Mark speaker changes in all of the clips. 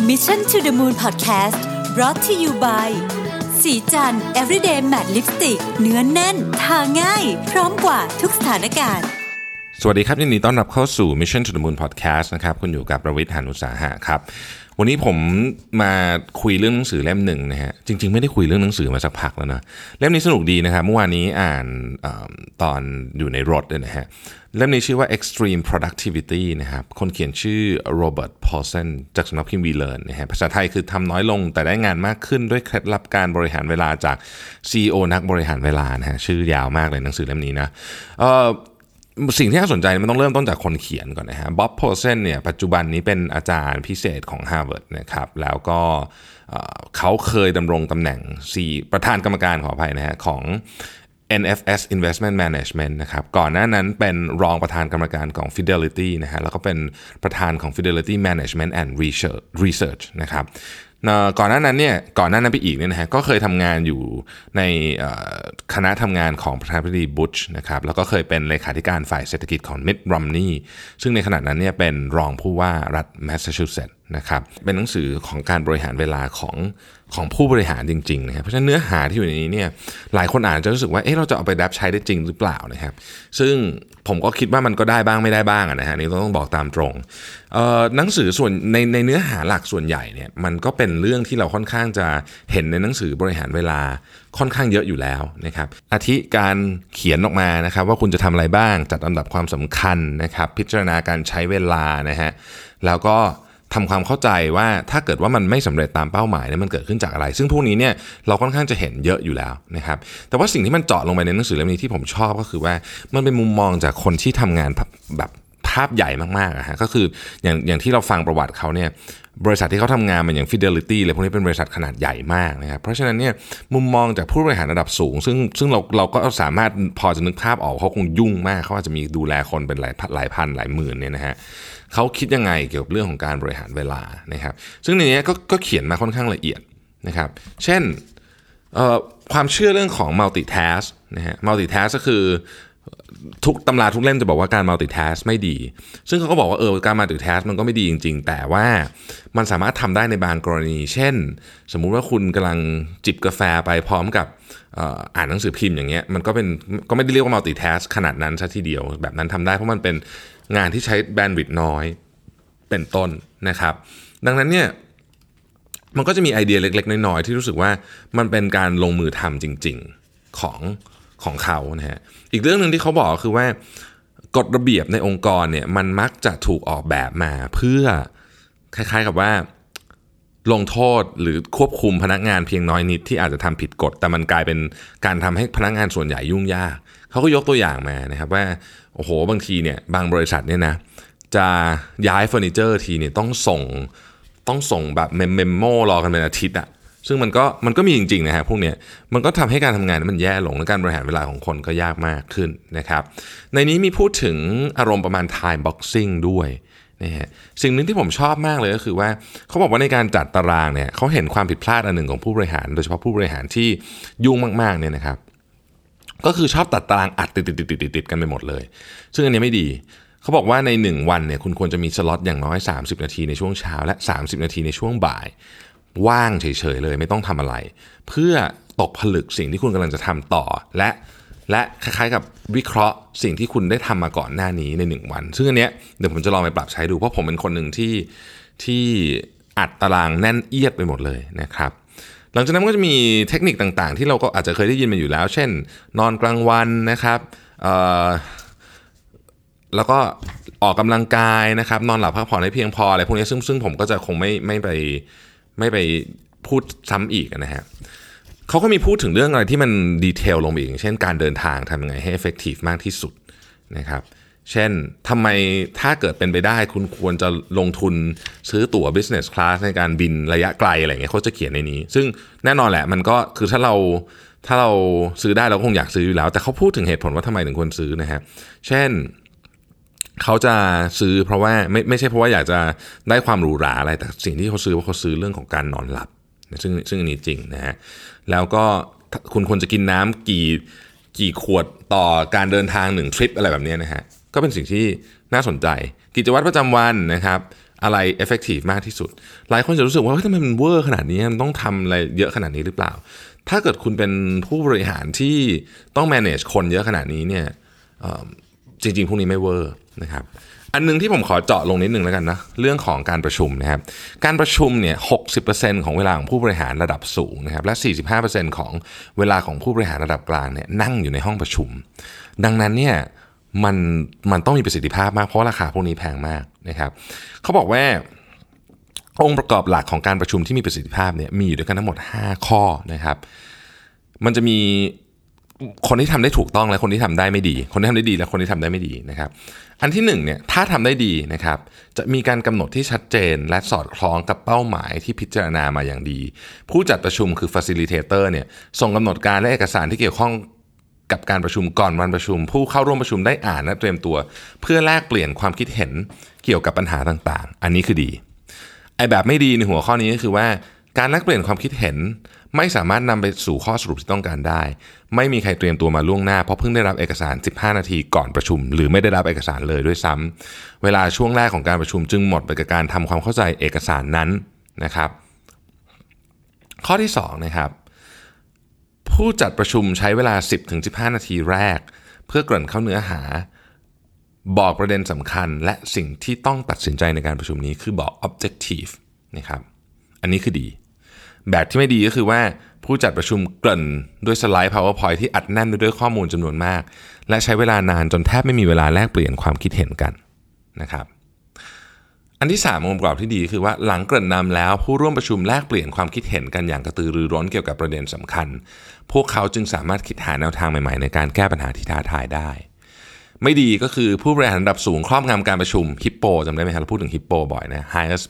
Speaker 1: Mission to the Moon Podcast brought to you by สีจัน Everyday Matte Lipstick เนื้อนแน่นทาง่ายพร้อมกว่าทุกสถานการณ์
Speaker 2: สวัสดีครับยินดีต้อนรับเข้าสู่ Mission to the Moon Podcast นะครับคุณอยู่กับประวิทย์ หาญอุตสาหะครับวันนี้ผมมาคุยเรื่องหนังสือเล่มหนึ่งนะฮะจริงๆไม่ได้คุยเรื่องหนังสือมาสักพักแล้วนะเล่มนี้สนุกดีนะครับเมื่อวานนี้อ่านตอนอยู่ในรถนะฮะเล่มนี้ชื่อว่า Extreme Productivity นะครับคนเขียนชื่อโรเบิร์ต พอลสันจากสำนักพิมพ์ We Learn นะฮะภาษาไทยคือทำน้อยลงแต่ได้งานมากขึ้นด้วยเคล็ดลับการบริหารเวลาจาก CEO นักบริหารเวลานะฮะชื่อยาวมากเลยหนังสือเล่มนี้นะสิ่งที่น่าสนใจมันต้องเริ่มต้นจากคนเขียนก่อนนะฮะบ๊อบ โพลสันเนี่ยปัจจุบันนี้เป็นอาจารย์พิเศษของ Harvard นะครับแล้วก็เขาเคยดำรงตำแหน่งประธานกรรมการขออภัยนะฮะของ NFS Investment Management นะครับก่อนหน้านั้นเป็นรองประธานกรรมการของ Fidelity นะฮะแล้วก็เป็นประธานของ Fidelity Management and Research นะครับก่อนหน้านั้นไปอีกเนี่ยนะฮะก็เคยทำงานอยู่ในคณะทำงานของประธานาธิบดีบุชนะครับแล้วก็เคยเป็นเลขาธิการฝ่ายเศรษฐกิจของมิตต์ รอมนีย์ซึ่งในขณะนั้นเนี่ยเป็นรองผู้ว่ารัฐแมสซาชูเซตส์นะครับเป็นหนังสือของการบริหารเวลาของผู้บริหารจริงๆนะครับเพราะฉะนั้นเนื้อหาที่อยู่ในนี้เนี่ยหลายคนอ่านจะรู้สึกว่าเราจะเอาไปดับใช้ได้จริงหรือเปล่านะครับซึ่งผมก็คิดว่ามันก็ได้บ้างไม่ได้บ้างนะฮะนี่ต้องบอกตามตรงหนังสือส่วนในเนื้อหาหลักส่วนใหญ่เนี่ยมันก็เป็นเรื่องที่เราค่อนข้างจะเห็นในหนังสือบริหารเวลาค่อนข้างเยอะอยู่แล้วนะครับอาทิการเขียนออกมานะครับว่าคุณจะทำอะไรบ้างจัดลำดับความสำคัญนะครับพิจารณาการใช้เวลานะฮะแล้วก็ทำความเข้าใจว่าถ้าเกิดว่ามันไม่สำเร็จตามเป้าหมายเนี่ยมันเกิดขึ้นจากอะไรซึ่งพวกนี้เนี่ยเราค่อนข้างจะเห็นเยอะอยู่แล้วนะครับแต่ว่าสิ่งที่มันเจาะลงไปในหนังสือเล่มนี้ที่ผมชอบก็คือว่ามันเป็นมุมมองจากคนที่ทำงานแบบภาพใหญ่มากๆนะฮะก็คืออย่างที่เราฟังประวัติเขาเนี่ยบริษัทที่เขาทำงานมันอย่าง Fidelity เลยพวกนี้เป็นบริษัทขนาดใหญ่มากนะครับเพราะฉะนั้นเนี่ยมุมมองจากผู้บริหารระดับสูงซึ่งเราก็สามารถพอจะนึกภาพออกเขาคงยุ่งมากเขาอาจจะมีดูแลคนเป็นหลายพันหลายหมื่นเนี่ยนะฮะเขาคิดยังไงเกี่ยวกับเรื่องของการบริหารเวลานะครับซึ่งในนี้ก็เขียนมาค่อนข้างละเอียดนะครับเช่นความเชื่อเรื่องของ multitask นะฮะ multitask ก็คือทุกตำราทุกเล่มจะบอกว่าการ multitask ไม่ดีซึ่งเขาก็บอกว่าการ multitask มันก็ไม่ดีจริงๆแต่ว่ามันสามารถทำได้ในบางกรณีเช่นสมมุติว่าคุณกำลังจิบกาแฟไปพร้อมกับอ่านหนังสือพิมพ์อย่างเงี้ยมันก็ไม่ได้เรียกว่า multitask ขนาดนั้นซะทีเดียวแบบนั้นทำได้เพราะมันเป็นงานที่ใช้แบนด์วิดต์น้อยเป็นต้นนะครับดังนั้นเนี่ยมันก็จะมีไอเดียเล็กๆน้อยๆที่รู้สึกว่ามันเป็นการลงมือทำจริงๆของเขานะฮะอีกเรื่องนึงที่เขาบอกคือว่ากฎระเบียบในองค์กรเนี่ยมันมักจะถูกออกแบบมาเพื่อคล้ายๆกับว่าลงโทษหรือควบคุมพนักงานเพียงน้อยนิดที่อาจจะทำผิดกฎแต่มันกลายเป็นการทำให้พนักงานส่วนใหญ่ยุ่งยากเขาก็ยกตัวอย่างมานะครับว่าโอ้โหบางทีเนี่ยบางบริษัทเนี่ยนะจะย้ายเฟอร์นิเจอร์ทีเนี่ยต้องส่งแบบเมมโมรอกันเป็นอาทิตย์อะซึ่งมันก็มีจริงๆนะฮะพวกเนี้ยมันก็ทำให้การทำงานมันแย่ลงและการบริหารเวลาของคนก็ยากมากขึ้นนะครับในนี้มีพูดถึงอารมณ์ประมาณ time boxing ด้วยนะฮะสิ่งหนึ่งที่ผมชอบมากเลยก็คือว่าเขาบอกว่าในการจัดตารางเนี่ยเขาเห็นความผิดพลาดอันหนึ่งของผู้บริหารโดยเฉพาะผู้บริหารที่ยุ่งมากๆเนี่ยนะครับก็คือชอบตัดตารางอัดติดกันไปหมดเลยซึ่งอันนี้ไม่ดีเขาบอกว่าใน1วันเนี่ยคุณควรจะมีสล็อตอย่างน้อย30นาทีในช่วงเช้าและ30นาทีในช่วงบ่ายว่างเฉยๆเลยไม่ต้องทำอะไรเพื่อตกผลึกสิ่งที่คุณกำลังจะทำต่อและคล้ายๆกับวิเคราะห์สิ่งที่คุณได้ทำมาก่อนหน้านี้ใน1วันซึ่งอันเนี้ยเดี๋ยวผมจะลองไปปรับใช้ดูเพราะผมเป็นคนหนึ่งที่อัดตารางแน่นเอียดไปหมดเลยนะครับหลังจากนั้นก็จะมีเทคนิคต่างๆที่เราก็อาจจะเคยได้ยินมาอยู่แล้วเช่นนอนกลางวันนะครับแล้วก็ออกกำลังกายนะครับนอนหลับพักผ่อนให้เพียงพออะไรพวกนี้ซึ่งผมก็จะคงไม่ไปพูดซ้ำอีกนะฮะเขาก็มีพูดถึงเรื่องอะไรที่มันดีเทลลงไปอีกเช่นการเดินทางทำยังไงให้ effective มากที่สุดนะครับเช่นทำไมถ้าเกิดเป็นไปได้คุณควรจะลงทุนซื้อตั๋ว business class ในการบินระยะไกลอะไรเงี้ยเขาจะเขียนในนี้ซึ่งแน่นอนแหละมันก็คือถ้าเราซื้อได้เราคงอยากซื้ออยู่แล้วแต่เขาพูดถึงเหตุผลว่าทำไมถึงควรซื้อนะฮะเช่นเขาจะซื้อเพราะว่าไม่ใช่เพราะว่าอยากจะได้ความหรูหราอะไรแต่สิ่งที่เขาซื้อว่าเขาซื้อเรื่องของการนอนหลับซึ่งอันนี้จริงนะฮะแล้วก็คุณควรจะกินน้ำกี่ขวดต่อการเดินทาง1ทริปอะไรแบบนี้นะฮะก็เป็นสิ่งที่น่าสนใจกิจวัตรประจำวันนะครับอะไร effective มากที่สุดหลายคนจะรู้สึกว่าเฮ้ยทำไมมันเวอร์ขนาดนี้มันต้องทำอะไรเยอะขนาดนี้หรือเปล่าถ้าเกิดคุณเป็นผู้บริหารที่ต้อง manage คนเยอะขนาดนี้เนี่ยจริงๆพวกนี้ไม่เวอร์นะครับอันนึงที่ผมขอเจาะลงนิดนึงแล้วกันนะเรื่องของการประชุมนะครับการประชุมเนี่ย 60% ของเวลาของผู้บริหารระดับสูงนะครับและ 45% ของเวลาของผู้บริหารระดับกลางเนี่ยนั่งอยู่ในห้องประชุมดังนั้นเนี่ยมันต้องมีประสิทธิภาพมากเพราะราคาพวกนี้แพงมากนะครับเขาบอกว่าองค์ประกอบหลักของการประชุมที่มีประสิทธิภาพเนี่ยมีอยู่ด้วยกันทั้งหมด5ข้อนะครับมันจะมีคนที่ทำได้ถูกต้องและคนที่ทำได้ไม่ดีคนที่ทำได้ดีและคนที่ทำได้ไม่ดีนะครับอันที่1เนี่ยถ้าทำได้ดีนะครับจะมีการกำหนดที่ชัดเจนและสอดคล้องกับเป้าหมายที่พิจารณามาอย่างดีผู้จัดประชุมคือ facilitator เนี่ยส่งกำหนดการและเอกสารที่เกี่ยวข้องกับการประชุมก่อนวันประชุมผู้เข้าร่วมประชุมได้อ่านและเตรียมตัวเพื่อแลกเปลี่ยนความคิดเห็นเกี่ยวกับปัญหาต่างๆอันนี้คือดีไอ้แบบไม่ดีในหัวข้อนี้ก็คือว่าการแลกเปลี่ยนความคิดเห็นไม่สามารถนำไปสู่ข้อสรุปที่ต้องการได้ไม่มีใครเตรียมตัวมาล่วงหน้าเพราะเพิ่งได้รับเอกสาร15นาทีก่อนประชุมหรือไม่ได้รับเอกสารเลยด้วยซ้ำเวลาช่วงแรกของการประชุมจึงหมดไปกับการทำความเข้าใจเอกสารนั้นนะครับข้อที่2นะครับผู้จัดประชุมใช้เวลา 10-15 นาทีแรกเพื่อเกริ่นเข้าเนื้อหาบอกประเด็นสำคัญและสิ่งที่ต้องตัดสินใจในการประชุมนี้คือบอก objective นะครับอันนี้คือดีแบบที่ไม่ดีก็คือว่าผู้จัดประชุมเกริ่นด้วยสไลด์ PowerPoint ที่อัดแน่นด้วยข้อมูลจำนวนมากและใช้เวลานานจนแทบไม่มีเวลาแลกเปลี่ยนความคิดเห็นกันนะครับอันที่3องค์ประกอบที่ดีคือว่าหลังเกริ่นนำแล้วผู้ร่วมประชุมแลกเปลี่ยนความคิดเห็นกันอย่างกระตือรือร้นเกี่ยวกับประเด็นสำคัญพวกเขาจึงสามารถคิดหาแนวทางใหม่ๆในการแก้ปัญหาที่ท้าทายได้ไม่ดีก็คือผู้บริหารระดับสูงครอบงำการประชุมฮิปโปจำได้ไหมครับเราพูดถึงฮิปโปบ่อยนะ highest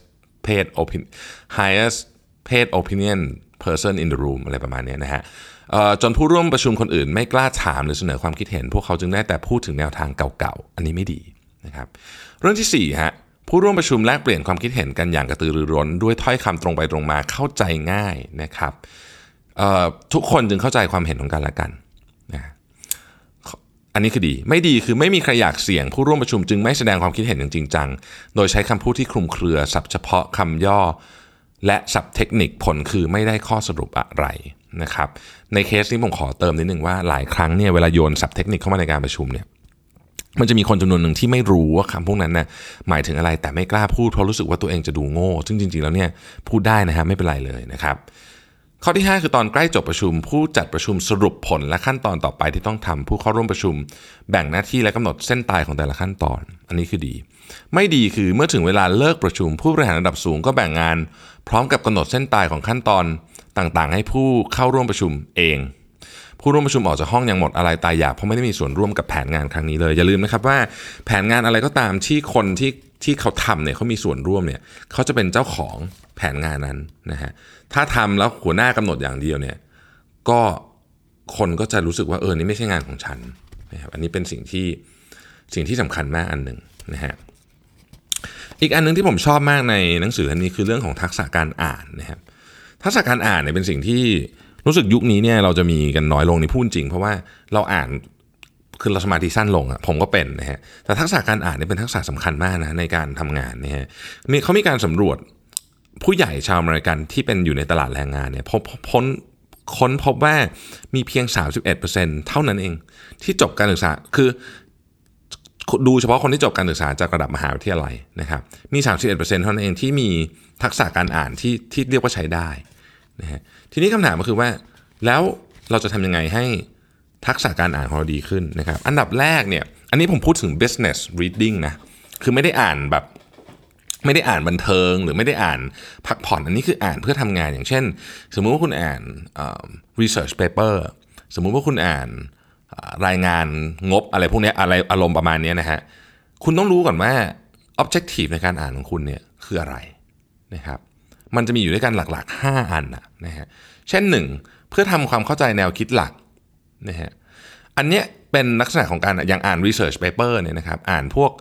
Speaker 2: paid opinion person in the room อะไรประมาณนี้นะฮะจนผู้ร่วมประชุมคนอื่นไม่กล้าถามหรือเสนอความคิดเห็นพวกเขาจึงได้แต่พูดถึงแนวทางเก่าๆอันนี้ไม่ดีนะครับเรื่องที่4ฮะผู้ร่วมประชุมแลกเปลี่ยนความคิดเห็นกันอย่างกระตือรือร้นด้วยถ้อยคำตรงไปตรงมาเข้าใจง่ายนะครับทุกคนจึงเข้าใจความเห็นของกันและกันนะอันนี้คือดีไม่ดีคือไม่มีใครอยากเสี่ยงผู้ร่วมประชุมจึงไม่แสดงความคิดเห็นอย่างจริงจังโดยใช้คำพูดที่คลุมเครือศัพท์เฉพาะคำย่อและศัพท์เทคนิคผลคือไม่ได้ข้อสรุปอะไรนะครับในเคสนี้ผมขอเติมนิดนึงว่าหลายครั้งเนี่ยเวลาโยนศัพท์เทคนิคเข้ามาในการประชุมเนี่ยมันจะมีคนจำนวนหนึ่งที่ไม่รู้ว่าคำพวกนั้นน่ะหมายถึงอะไรแต่ไม่กล้าพูดเพราะรู้สึกว่าตัวเองจะดูโง่ซึ่งจริงๆแล้วเนี่ยพูดได้นะฮะไม่เป็นไรเลยนะครับข้อที่5คือตอนใกล้จบประชุมผู้จัดประชุมสรุปผลและขั้นตอนต่อไปที่ต้องทำผู้เข้าร่วมประชุมแบ่งหน้าที่และกำหนดเส้นตายของแต่ละขั้นตอนอันนี้คือดีไม่ดีคือเมื่อถึงเวลาเลิกประชุมผู้บริหารระดับสูงก็แบ่งงานพร้อมกับกำหนดเส้นตายของขั้นตอนต่างๆให้ผู้เข้าร่วมประชุมเองผู้ร่วมประชุมออกจากห้องอย่างหมดอะไรตายอยากเพราะไม่ได้มีส่วนร่วมกับแผนงานครั้งนี้เลยอย่าลืมนะครับว่าแผนงานอะไรก็ตามที่คนที่เขาทำเนี่ยเขามีส่วนร่วมเนี่ยเขาจะเป็นเจ้าของแผนงานนั้นนะฮะถ้าทำแล้วหัวหน้ากำหนดอย่างเดียวเนี่ยก็คนก็จะรู้สึกว่านี่ไม่ใช่งานของฉันนะครับอันนี้เป็นสิ่งที่สำคัญมากอันหนึ่งนะฮะอีกอันนึงที่ผมชอบมากในหนังสืออันนี้คือเรื่องของทักษะการอ่านนะครับทักษะการอ่านเนี่ยเป็นสิ่งที่รู้สึกยุคนี้เนี่ยเราจะมีกันน้อยลงในพูดจริงเพราะว่าเราอ่านคือเราสมาธิสั้นลงอ่ะผมก็เป็นนะฮะแต่ทักษะการอ่านเนี่ยเป็นทักษะสำคัญมากนะในการทำงานนะฮะเขามีการสำรวจผู้ใหญ่ชาวอเมริกันที่เป็นอยู่ในตลาดแรงงานเนี่ยค้นพบว่ามีเพียง 31% เท่านั้นเองที่จบการศึกษาคือดูเฉพาะคนที่จบการศึกษาจากระดับมหาวิทยาลัยนะครับมี 31% เท่านั้นเองที่มีทักษะการอ่านที่เรียกว่าใช้ได้นะฮะทีนี้คำถามก็คือว่าแล้วเราจะทำยังไงให้ทักษะการอ่านของเราดีขึ้นนะครับอันดับแรกเนี่ยอันนี้ผมพูดถึง business reading นะคือไม่ได้อ่านแบบไม่ได้อ่านบันเทิงหรือไม่ได้อ่านพักผ่อนอันนี้คืออ่านเพื่อทำงานอย่างเช่นสมมุติว่าคุณอ่านresearch paper สมมุติว่าคุณอ่านรายงานงบอะไรพวกนี้อะไรอารมณ์ประมาณนี้นะฮะคุณต้องรู้ก่อนว่า objective ในการอ่านของคุณเนี่ยคืออะไรนะครับมันจะมีอยู่ด้วยกันหลักๆ5อันนะฮะเช่น1เพื่อทำความเข้าใจแนวคิดหลักนะฮะอันเนี้ยเป็นลักษณะของการอย่างอ่าน research paper เนี่ยนะครับอ่านพวก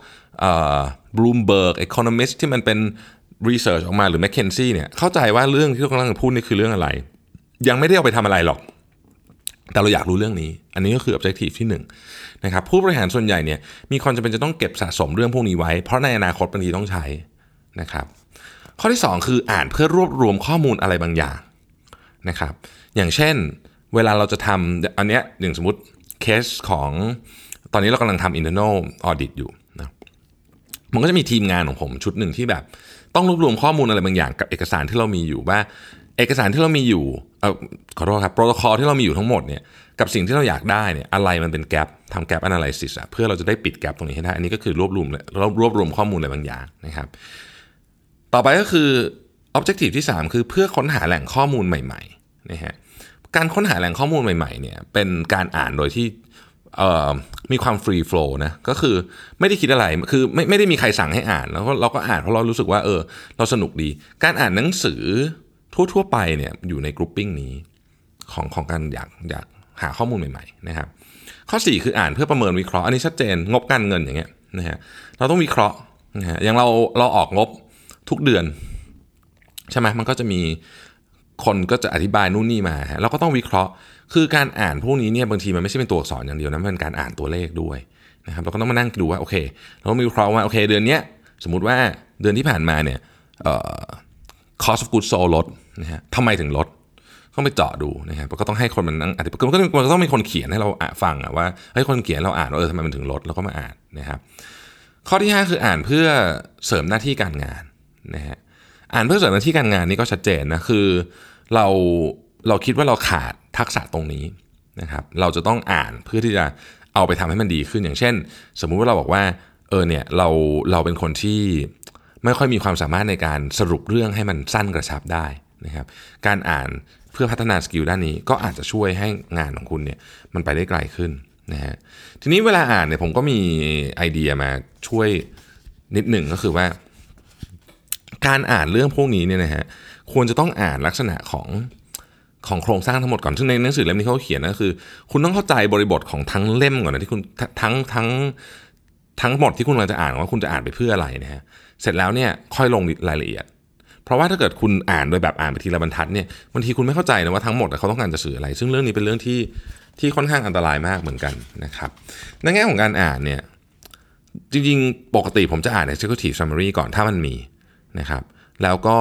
Speaker 2: Bloomberg Economist ที่มันเป็น research ออกมาหรือ McKinsey เนี่ยเข้าใจว่าเรื่องที่เรากำลังพูดนี่คือเรื่องอะไรยังไม่ได้เอาไปทำอะไรหรอกแต่เราอยากรู้เรื่องนี้อันนี้ก็คือ objective ที่1นะครับผู้บริหารส่วนใหญ่เนี่ยมีความจำเป็นจะต้องเก็บสะสมเรื่องพวกนี้ไว้เพราะในอนาคตบางทีต้องใช้นะครับข้อที่2คืออ่านเพื่อรวบรวมข้อมูลอะไรบางอย่างนะครับอย่างเช่นเวลาเราจะทำอันเนี้ยอย่างสมมติเคสของตอนนี้เรากำลังทำ internal audit อยู่นะมันก็จะมีทีมงานของผมชุดหนึ่งที่แบบต้องรวบรวมข้อมูลอะไรบางอย่างกับเอกสารที่เรามีอยู่ว่าเอกสารที่เรามีอยู่ขอโทษครับโปรโตคอลที่เรามีอยู่ทั้งหมดเนี่ยกับสิ่งที่เราอยากได้เนี่ยอะไรมันเป็นแกปทำแกป analysis เพื่อเราจะได้ปิดแกปตรงนี้ให้ได้อันนี้ก็คือรวบรวมข้อมูลอะไรบางอย่างนะครับต่อไปก็คือ objective ที่3คือเพื่อค้นหาแหล่งข้อมูลใหม่ๆนะฮะการค้นหาแหล่งข้อมูลใหม่ๆเนี่ยเป็นการอ่านโดยที่มีความ free flow นะก็คือไม่ได้คิดอะไรคือไม่ได้มีใครสั่งให้อ่านแล้วเราก็อ่านเพราะเรารู้สึกว่าเราสนุกดีการอ่านหนังสือทั่วๆไปเนี่ยอยู่ใน grouping นี้ของการอยากหาข้อมูลใหม่ๆนะครับข้อ4คืออ่านเพื่อประเมินวิเคราะห์อันนี้ชัดเจนงบการเงินอย่างเงี้ยนะฮะเราต้องวิเคราะห์นะฮะอย่างเราออกงบทุกเดือนใช่ไหมมันก็จะมีคนก็จะอธิบายนู่นนี่มาเราก็ต้องวิเคราะห์คือการอ่านพวกนี้เนี่ยบางทีมันไม่ใช่เป็นตัวอักษรอย่างเดียวนะมันเป็นการอ่านตัวเลขด้วยนะครับเราก็ต้องมานั่งดูว่าโอเคเราต้องวิเคราะห์ว่าโอเคเดือนนี้สมมุติว่าเดือนที่ผ่านมาเนี่ยcost of goods sold ลดนะฮะทำไมถึงลดต้องไปเจาะดูนะครับก็ต้องให้คนมันนั่งอธิบายมันก็ต้องมีคนเขียนให้เราฟังว่าให้คนเขียนเราอ่านว่าทำไมมันถึงลดแล้วก็มาอ่านนะครับข้อที่5คืออ่านเพื่อเสริมหน้าที่การงานนะฮะอ่านเพื่อเสริมหน้าที่การงานนี่ก็ชัดเจนนะคือเราคิดว่าเราขาดทักษะตรงนี้นะครับเราจะต้องอ่านเพื่อที่จะเอาไปทำให้มันดีขึ้นอย่างเช่นสมมุติว่าเราบอกว่าเนี่ยเราเป็นคนที่ไม่ค่อยมีความสามารถในการสรุปเรื่องให้มันสั้นกระชับได้นะครับการอ่านเพื่อพัฒนาสกิลด้านนี้ก็อาจจะช่วยให้งานของคุณเนี่ยมันไปได้ไกลขึ้นนะฮะทีนี้เวลาอ่านเนี่ยผมก็มีไอเดียมาช่วยนิดหนึ่งก็คือว่าการอ่านเรื่องพวกนี้เนี่ยนะฮะควรจะต้องอ่านลักษณะของโครงสร้างทั้งหมดก่อนซึ่งในหนังสือเล่มนี้เขาเขียนก็คือคุณต้องเข้าใจบริบทของทั้งเล่มก่อนนะที่คุณทั้งหมดที่คุณกำลังจะอ่านว่าคุณจะอ่านไปเพื่ออะไรนะฮะเสร็จแล้วเนี่ยค่อยลงรายละเอียดเพราะว่าถ้าเกิดคุณอ่านโดยแบบอ่านไปทีละบรรทัดเนี่ยบางทีคุณไม่เข้าใจนะว่าทั้งหมดเขาต้องการจะสื่ออะไรซึ่งเรื่องนี้เป็นเรื่องที่ค่อนข้างอันตรายมากเหมือนกันนะครับในแง่ของการอ่านเนี่ยจริงๆปกติผมจะอ่าน executive summary ก่อนถ้ามันมีนะครับแล้วก็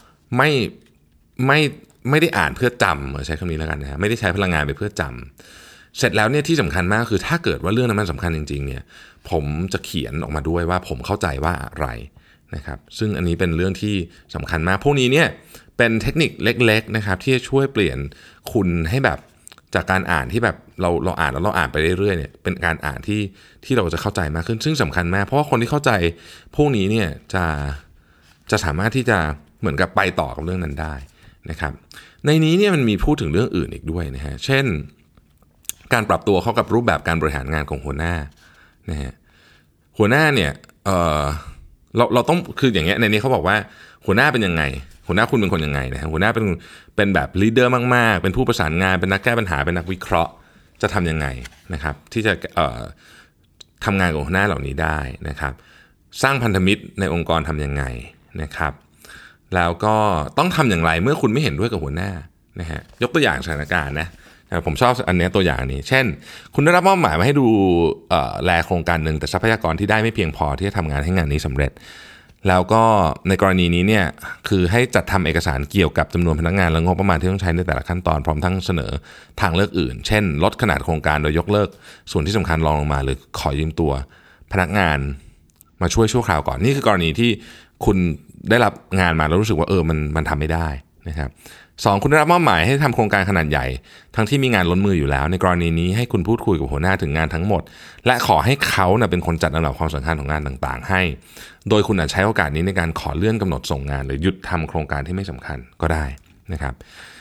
Speaker 2: ไม่ได้อ่านเพื่อจำใช้คำนี้แล้วกันนะไม่ได้ใช้พลังงานไปเพื่อจำเสร็จแล้วเนี่ยที่สำคัญมากคือถ้าเกิดว่าเรื่องนั้นมันสำคัญจริงๆเนี่ยผมจะเขียนออกมาด้วยว่าผมเข้าใจว่าอะไรนะครับซึ่งอันนี้เป็นเรื่องที่สำคัญมากพวกนี้เนี่ยเป็นเทคนิคเล็กๆนะครับที่จะช่วยเปลี่ยนคุณให้แบบจากการอ่านที่แบบเราอ่านแล้วเราอ่านไปเรื่อยๆเนี่ยเป็นการอ่านที่เราจะเข้าใจมากขึ้นซึ่งสำคัญมากเพราะว่าคนที่เข้าใจพวกนี้เนี่ยจะสามารถที่จะเหมือนกับไปต่อกับเรื่องนั้นได้นะครับในนี้เนี่ยมันมีพูดถึงเรื่องอื่นอีกด้วยนะฮะเช่นการปรับตัวเข้ากับรูปแบบการบริหารงานของหัวหน้านะฮะหัวหน้าเนี่ยเราต้องคืออย่างเงี้ยในนี้เขาบอกว่าหัวหน้าเป็นยังไงหัวหน้าคุณเป็นคนยังไงนะฮะหัวหน้าเป็นแบบลีดเดอร์มากๆเป็นผู้ประสานงานเป็นนักแก้ปัญหาเป็นนักวิเคราะห์จะทำยังไงนะครับที่จะทำงานกับหัวหน้าเหล่านี้ได้นะครับสร้างพันธมิตรในองค์กรทำยังไงนะครับแล้วก็ต้องทำอย่างไรเมื่อคุณไม่เห็นด้วยกับหัวหน้านะฮะยกตัวอย่างสถานการณ์นะผมชอบอันนี้ตัวอย่างนี้เช่นคุณได้รับมอบหมายมาให้ดูแลโครงการหนึ่งแต่ทรัพยากรที่ได้ไม่เพียงพอที่จะทำงานให้งานนี้สำเร็จแล้วก็ในกรณีนี้เนี่ยคือให้จัดทำเอกสารเกี่ยวกับจำนวนพนักงานและงบประมาณที่ต้องใช้ในแต่ละขั้นตอนพร้อมทั้งเสนอทางเลือกอื่นเช่นลดขนาดโครงการโดยยกเลิกส่วนที่สำคัญรองลงมาหรือขอยืมตัวพนักงานมาช่วยชั่วคราวก่อนนี่คือกรณีที่คุณได้รับงานมาแล้วรู้สึกว่ามันทำไม่ได้นะครับ2คุณได้รับมอบหมายให้ทำโครงการขนาดใหญ่ทั้งที่มีงานล้นมืออยู่แล้วในกรณีนี้ให้คุณพูดคุยกับหัวหน้าถึงงานทั้งหมดและขอให้เขาเป็นคนจัดลำดับความสำคัญของงานต่างๆให้โดยคุณอาจใช้โอกาสนี้ในการขอเลื่อนกำหนดส่งงานหรือหยุดทำโครงการที่ไม่สำคัญก็ได้นะครับ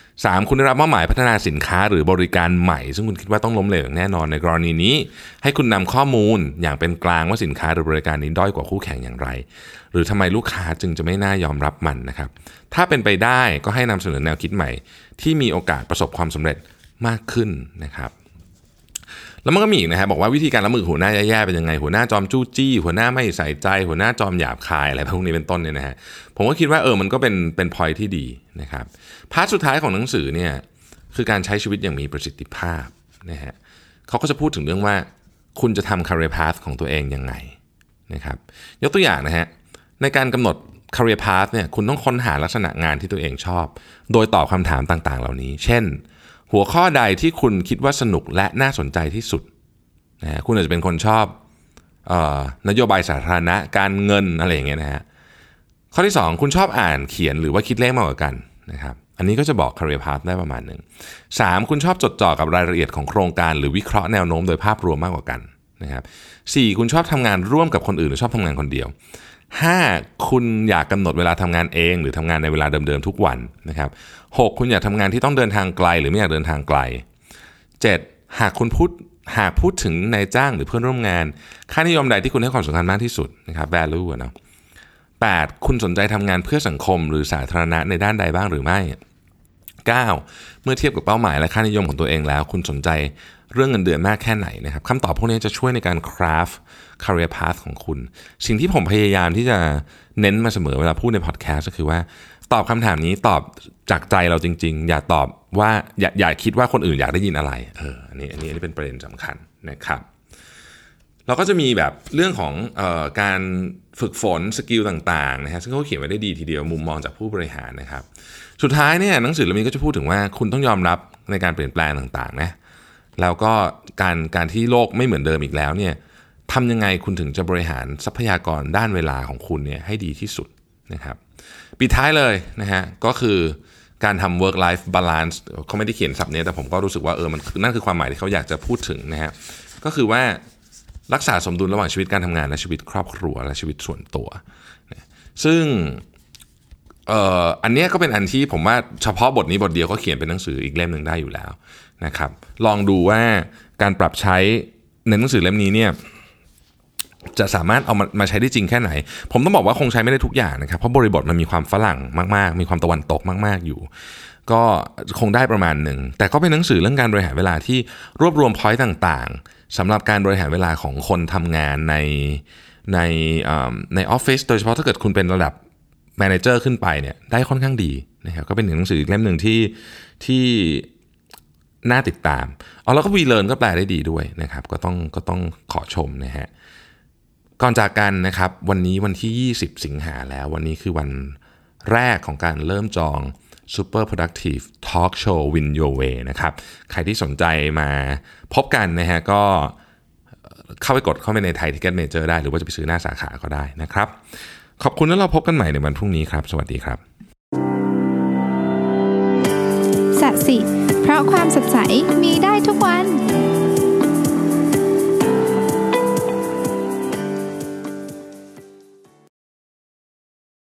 Speaker 2: 3คุณได้รับมอบหมายพัฒนาสินค้าหรือบริการใหม่ซึ่งคุณคิดว่าต้องล้มเหลวอย่างแน่นอนในกรณีนี้ให้คุณนำข้อมูลอย่างเป็นกลางว่าสินค้าหรือบริการนี้ด้อยกว่าคู่แข่งอย่างไรหรือทำไมลูกค้าจึงจะไม่น่ายอมรับมันนะครับถ้าเป็นไปได้ก็ให้นำเสนอแนวคิดใหม่ที่มีโอกาสประสบความสำเร็จมากขึ้นนะครับแล้วมันก็มีอีกนะครับบอกว่าวิธีการรับมือหัวหน้าแย่ๆเป็นยังไงหัวหน้าจอมจู้จี้หัวหน้าไม่ใส่ใจหัวหน้าจอมหยาบคายอะไรพวกนี้เป็นต้นเนี่ยนะฮะผมก็คิดว่ามันก็เป็นพอยที่ดีนะครับพาร์ทสุดท้ายของหนังสือเนี่ยคือการใช้ชีวิตอย่างมีประสิทธิภาพนะฮะเขาก็จะพูดถึงเรื่องว่าคุณจะทำ career path ของตัวเองยังไงนะครับยกตัวอย่างนะฮะในการกำหนด career path เนี่ยคุณต้องค้นหาลักษณะงานที่ตัวเองชอบโดยตอบคำถามต่างๆเหล่านี้เช่นหัวข้อใดที่คุณคิดว่าสนุกและน่าสนใจที่สุดนะคุณอาจจะเป็นคนชอบนโยบายสาธารณะการเงินอะไรอย่างเงี้ยนะฮะข้อที่2คุณชอบอ่านเขียนหรือว่าคิดเลขมากกว่ากันนะครับอันนี้ก็จะบอก career path ได้ประมาณนึง3คุณชอบจดจ่อกับรายละเอียดของโครงการหรือวิเคราะห์แนวโน้มโดยภาพรวมมากกว่ากันนะครับ4คุณชอบทำงานร่วมกับคนอื่นหรือชอบทำงานคนเดียว5คุณอยากกำหนดเวลาทำงานเองหรือทำงานในเวลาเดิมๆทุกวันนะครับ6คุณอยากทำงานที่ต้องเดินทางไกลหรือไม่อยากเดินทางไกล7หากพูดถึงนายจ้างหรือเพื่อนร่วมงานค่านิยมใดที่คุณให้ความสำคัญมากที่สุดนะครับ value เนาะ8คุณสนใจทำงานเพื่อสังคมหรือสาธารณะในด้านใดบ้างหรือไม่9เมื่อเทียบกับเป้าหมายและค่านิยมของตัวเองแล้วคุณสนใจเรื่องเงินเดือนมากแค่ไหนนะครับคำตอบพวกนี้จะช่วยในการ craft career path ของคุณสิ่งที่ผมพยายามที่จะเน้นมาเสมอเวลาพูดในพอดแคสต์ก็คือว่าตอบคำถามนี้ตอบจากใจเราจริงๆอย่าตอบว่าอย่าคิดว่าคนอื่นอยากได้ยินอะไรอันนี้เป็นประเด็นสำคัญนะครับเราก็จะมีแบบเรื่องของการฝึกฝนสกิลต่างๆนะฮะซึ่งเขาเขียนไว้ได้ดีทีเดียวมุมมองจากผู้บริหารนะครับสุดท้ายเนี่ยหนังสือเล่มนี้ก็จะพูดถึงว่าคุณต้องยอมรับในการเปลี่ยนแปลงต่างๆนะแล้วก็การที่โลกไม่เหมือนเดิมอีกแล้วเนี่ยทำยังไงคุณถึงจะบริหารทรัพยากรด้านเวลาของคุณเนี่ยให้ดีที่สุดนะครับปิดท้ายเลยนะฮะก็คือการทำ work life balance เขาไม่ได้เขียนศัพท์นี้แต่ผมก็รู้สึกว่ามันนั่นคือความหมายที่เขาอยากจะพูดถึงนะฮะก็คือว่ารักษาสมดุลระหว่างชีวิตการทำงานและชีวิตครอบครัวและชีวิตส่วนตัวซึ่งอันนี้ก็เป็นอันที่ผมว่าเฉพาะบทนี้บทเดียวก็เขียนเป็นหนังสืออีกเล่มนึงได้อยู่แล้วนะครับลองดูว่าการปรับใช้ในหนังสือเล่มนี้เนี่ยจะสามารถเอามาใช้ได้จริงแค่ไหนผมต้องบอกว่าคงใช้ไม่ได้ทุกอย่างนะครับเพราะบริบทมันมีความฝรั่งมากๆมีความตะวันตกมากๆอยู่ก็คงได้ประมาณหนึ่งแต่ก็เป็นหนังสือเรื่องการบริหารเวลาที่รวบรวม point ต่างๆสำหรับการบริหารเวลาของคนทำงานในออฟฟิศโดยเฉพาะถ้าเกิดคุณเป็นระดับแมเนเจอร์ขึ้นไปเนี่ยได้ค่อนข้างดีนะครับก็เป็นหนังสืออีกเล่มหนึ่งที่น่าติดตามแล้วก็วีเลิร์นก็แปลได้ดีด้วยนะครับก็ต้องขอชมนะฮะก่อนจากกันนะครับวันนี้วันที่20สิงหาแล้ววันนี้คือวันแรกของการเริ่มจอง Super Productive Talk Show Win Your Way นะครับใครที่สนใจมาพบกันนะฮะก็เข้าไปในไทย Ticket Major ได้หรือว่าจะไปซื้อหน้าสาขาก็ได้นะครับขอบคุณแล้วเราพบกันใหม่ในวันพรุ่งนี้ครับสวัสดีครับ
Speaker 3: สัสิเพราะความสดใสมีได้ทุกวัน